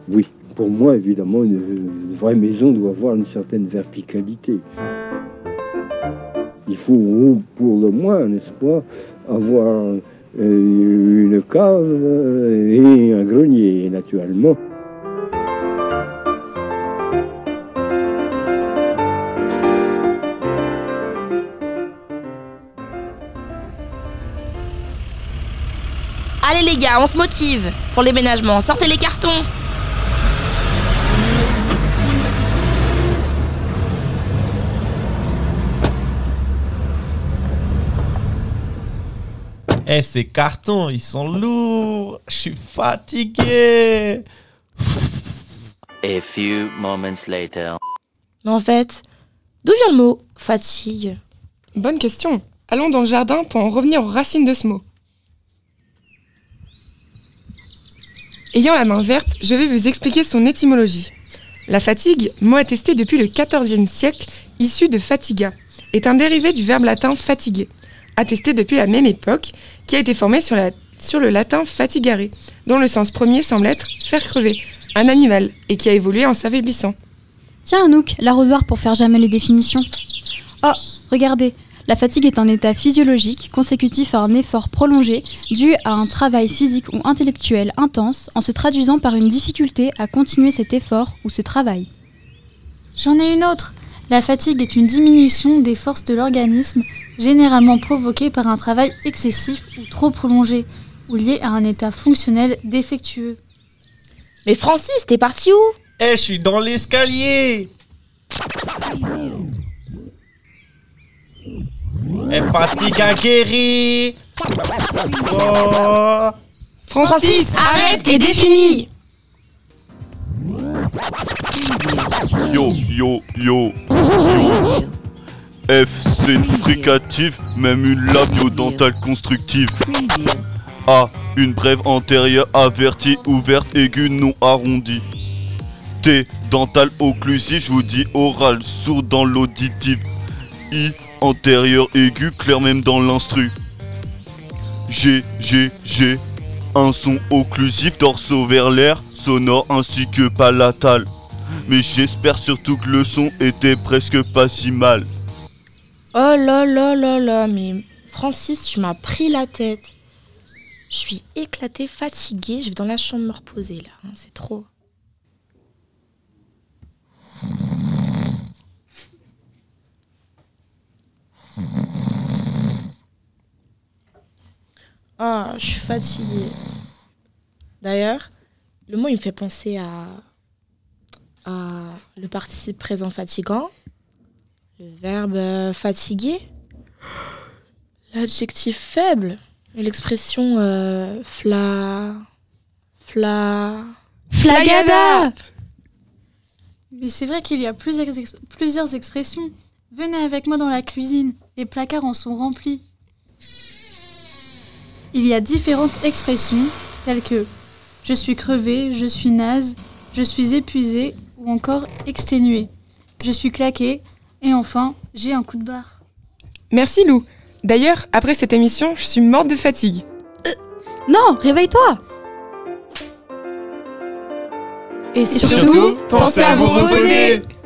Oui, pour moi, évidemment, une vraie maison doit avoir une certaine verticalité. Il faut, pour le moins, n'est-ce pas, avoir une cave et un grenier, naturellement. Allez les gars, on se motive. Pour les ménagements, sortez les cartons. Ces cartons, ils sont lourds. Je suis fatigué. A few moments later. Mais en fait, d'où vient le mot fatigue ? Bonne question. Allons dans le jardin pour en revenir aux racines de ce mot. Ayant la main verte, je vais vous expliquer son étymologie. La fatigue, mot attesté depuis le XIVe siècle, issu de fatiga, est un dérivé du verbe latin fatiguer, attesté depuis la même époque, qui a été formé sur le latin fatigare, dont le sens premier semble être faire crever, un animal, et qui a évolué en s'affaiblissant. Tiens Anouk, l'arrosoir pour faire jamais les définitions. Oh, regardez, la fatigue est un état physiologique consécutif à un effort prolongé dû à un travail physique ou intellectuel intense en se traduisant par une difficulté à continuer cet effort ou ce travail. J'en ai une autre. La fatigue est une diminution des forces de l'organisme, généralement provoquée par un travail excessif ou trop prolongé, ou lié à un état fonctionnel défectueux. Mais Francis, t'es parti où ? Je suis dans l'escalier. Fatigue à guérir. Oh. Francis, arrête et définis. Yo, yo, yo, yo. F, c'est une fricative, même une labio-dentale constructive. A, une brève antérieure avertie, ouverte, aiguë, non arrondie. T, dentale occlusive, je vous dis orale, sourde dans l'auditive. I, antérieure aiguë, claire même dans l'instru. G, un son occlusif, dorso-vers-l'air, sonore ainsi que palatal. Mais j'espère surtout que le son était presque pas si mal. Oh là là là là, mais Francis, tu m'as pris la tête. Je suis éclatée, fatiguée, je vais dans la chambre me reposer là, c'est trop. Ah, je suis fatiguée. D'ailleurs, le mot il me fait penser à le participe présent fatigant, le verbe fatigué, l'adjectif faible et l'expression Flagada. Mais c'est vrai qu'il y a plusieurs expressions. Venez avec moi dans la cuisine, les placards en sont remplis. Il y a différentes expressions, telles que « je suis crevé »,« je suis naze »,« je suis épuisé » ou encore « exténué »,« je suis claqué » et enfin « j'ai un coup de barre ». Merci Lou. D'ailleurs, après cette émission, je suis morte de fatigue. Non, réveille-toi. Et Surtout, pensez à vous reposer.